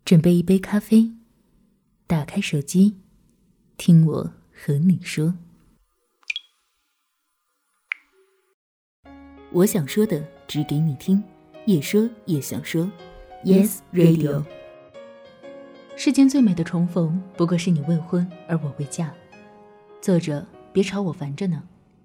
准备一杯咖啡，打开手机，听我和你说。我想说的只给你听，也说也想说。 Yes Radio。 世间最美的重逢，不过是你未婚而我未嫁。作者别吵我烦着呢。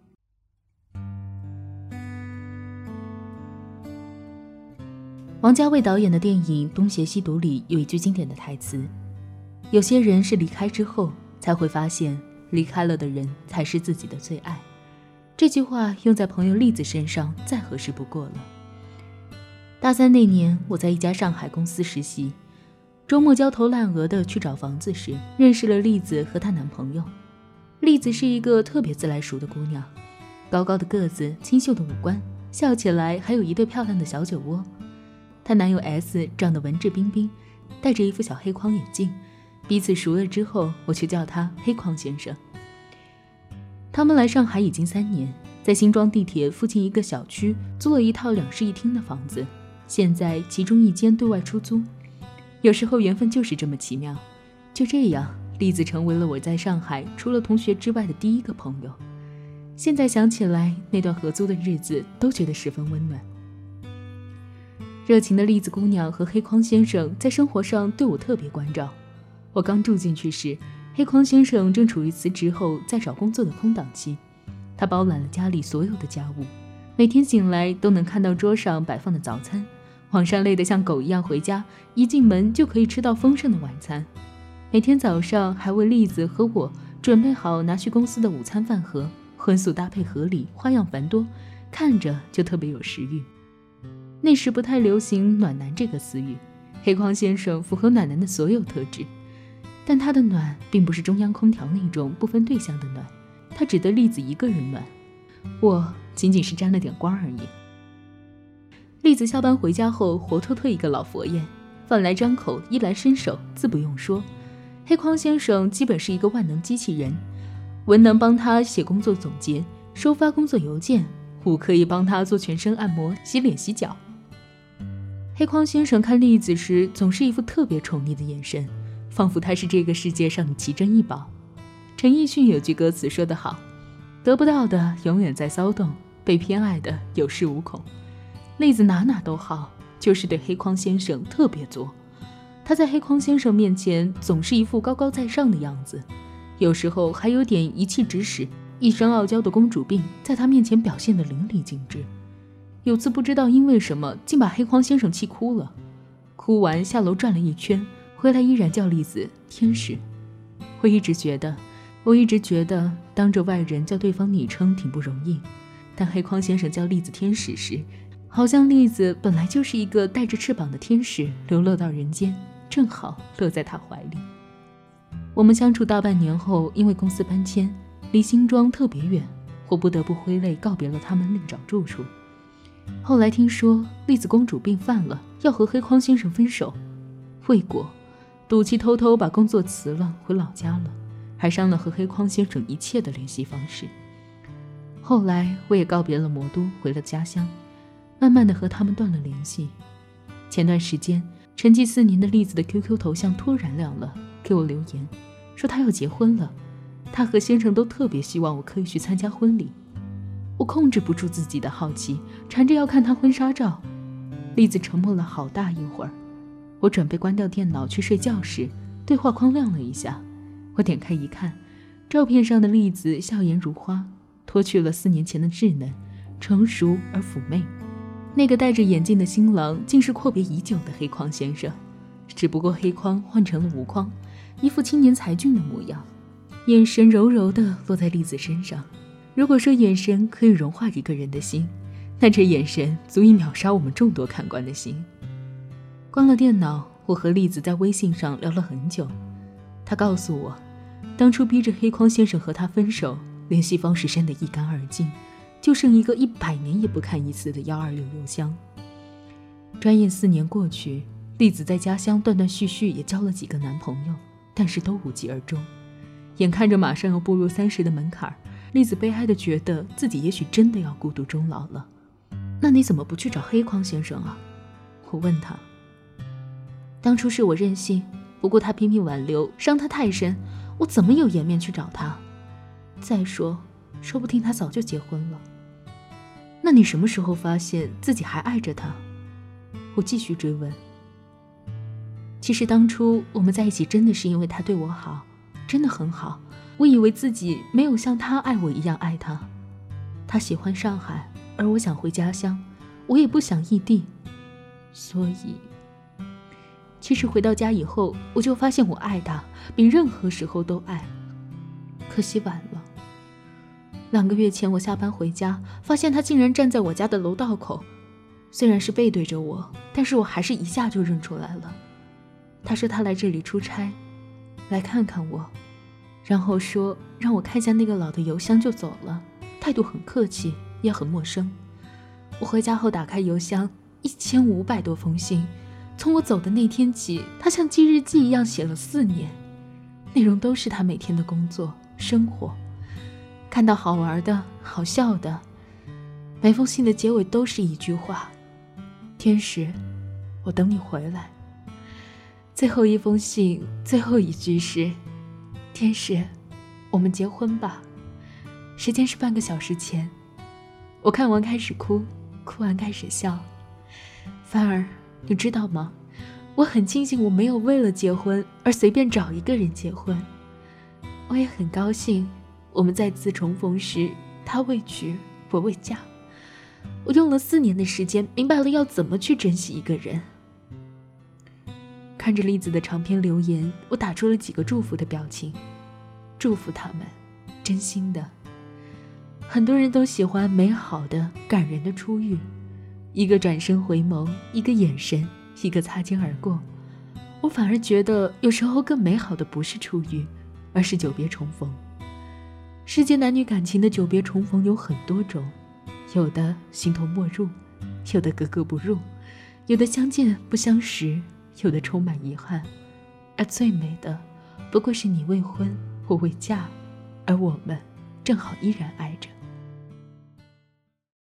王家卫导演的电影《东邪西毒》里有一句经典的台词，有些人是离开之后才会发现，离开了的人才是自己的最爱。这句话用在朋友栗子身上再合适不过了。大三那年，我在一家上海公司实习，周末焦头烂额的去找房子时，认识了栗子和她男朋友。栗子是一个特别自来熟的姑娘，高高的个子，清秀的五官，笑起来还有一对漂亮的小酒窝。她男友 S 长得文质彬彬，戴着一副小黑框眼镜，彼此熟了之后，我却叫他黑框先生。他们来上海已经3年，在新庄地铁附近一个小区租了一套2室1厅的房子，现在其中一间对外出租。有时候缘分就是这么奇妙。就这样，栗子成为了我在上海除了同学之外的第一个朋友。现在想起来，那段合租的日子都觉得十分温暖。热情的栗子姑娘和黑框先生在生活上对我特别关照。我刚住进去时，黑框先生正处于辞职后在找工作的空档期，他包揽了家里所有的家务，每天醒来都能看到桌上摆放的早餐，晚上累得像狗一样回家，一进门就可以吃到丰盛的晚餐。每天早上还为栗子和我准备好拿去公司的午餐饭盒，荤素搭配合理，花样繁多，看着就特别有食欲。那时不太流行暖男这个词语，黑框先生符合暖男的所有特质，但他的暖并不是中央空调那种不分对象的暖，他只得栗子一个人暖，我仅仅是沾了点光而已。栗子下班回家后活脱脱一个老佛爷，饭来张口，衣来伸手，自不用说。黑框先生基本是一个万能机器人，文能帮他写工作总结，收发工作邮件，武可以帮他做全身按摩，洗脸洗脚。黑框先生看栗子时总是一副特别宠溺的眼神，仿佛他是这个世界上的奇珍异宝。陈奕迅有句歌词说得好，得不到的永远在骚动，被偏爱的有恃无恐。栗子哪哪都好，就是对黑框先生特别作。他在黑框先生面前总是一副高高在上的样子，有时候还有点一气指使，一身傲娇的公主病在他面前表现得淋漓尽致。有次不知道因为什么，竟把黑框先生气哭了，哭完下楼转了一圈，回来依然叫栗子天使。我一直觉得当着外人叫对方昵称挺不容易，但黑框先生叫栗子天使时，好像栗子本来就是一个带着翅膀的天使，流落到人间，正好落在他怀里。我们相处大半年后，因为公司搬迁，离新庄特别远，我不得不挥泪告别了他们，另找住处。后来听说栗子公主病犯了，要和黑框先生分手，未果，赌气偷偷把工作辞了，回老家了，还删了和黑框先生一切的联系方式。后来我也告别了魔都，回了家乡，慢慢的和他们断了联系。前段时间沉寂4年的栗子的 QQ 头像突然亮了，给我留言说她要结婚了，她和先生都特别希望我可以去参加婚礼。我控制不住自己的好奇，缠着要看她婚纱照。栗子沉默了好大一会儿，我准备关掉电脑去睡觉时，对话框亮了一下，我点开一看，照片上的栗子笑颜如花，脱去了4年前的稚嫩，成熟而妩媚。那个戴着眼镜的新郎竟是阔别已久的黑框先生，只不过黑框换成了无框，一副青年才俊的模样，眼神柔柔地落在栗子身上。如果说眼神可以融化一个人的心，那这眼神足以秒杀我们众多看官的心。关了电脑，我和栗子在微信上聊了很久。他告诉我，当初逼着黑框先生和他分手，联系方式删得一干二净，就剩一个100年也不看一次的126邮箱。转眼4年过去，栗子在家乡断断续续也交了几个男朋友，但是都无疾而终。眼看着马上要步入30的门槛，栗子悲哀地觉得自己也许真的要孤独终老了。那你怎么不去找黑框先生啊？我问他。 当初是我任性，不顾他拼命挽留，伤他太深，我怎么有颜面去找他？再说，说不定他早就结婚了。那你什么时候发现自己还爱着他？我继续追问。其实当初我们在一起真的是因为他对我好，真的很好。我以为自己没有像他爱我一样爱他。他喜欢上海，而我想回家乡，我也不想异地。所以其实回到家以后，我就发现我爱他比任何时候都爱，可惜晚了。2个月前我下班回家，发现他竟然站在我家的楼道口，虽然是背对着我，但是我还是一下就认出来了。他说他来这里出差，来看看我，然后说让我看一下那个老的邮箱就走了，态度很客气，也很陌生。我回家后打开邮箱，1500多封信，从我走的那天起，他像记日记一样写了4年，内容都是他每天的工作生活，看到好玩的好笑的，每封信的结尾都是一句话：天使，我等你回来。最后一封信最后一句是：天使，我们结婚吧。时间是半个小时前。我看完开始哭，哭完开始笑。凡儿，你知道吗？我很庆幸我没有为了结婚而随便找一个人结婚。我也很高兴，我们再次重逢时，他未娶，我未嫁。我用了4年的时间，明白了要怎么去珍惜一个人。看着栗子的长篇留言，我打出了几个祝福的表情，祝福他们，真心的。很多人都喜欢美好的、感人的初遇，一个转身回眸，一个眼神，一个擦肩而过。我反而觉得，有时候更美好的不是初遇，而是久别重逢。世间男女感情的久别重逢有很多种，有的形同陌路，有的格格不入，有的相见不相识，有的充满遗憾，而最美的不过是你未婚，我未嫁，而我们正好依然爱着。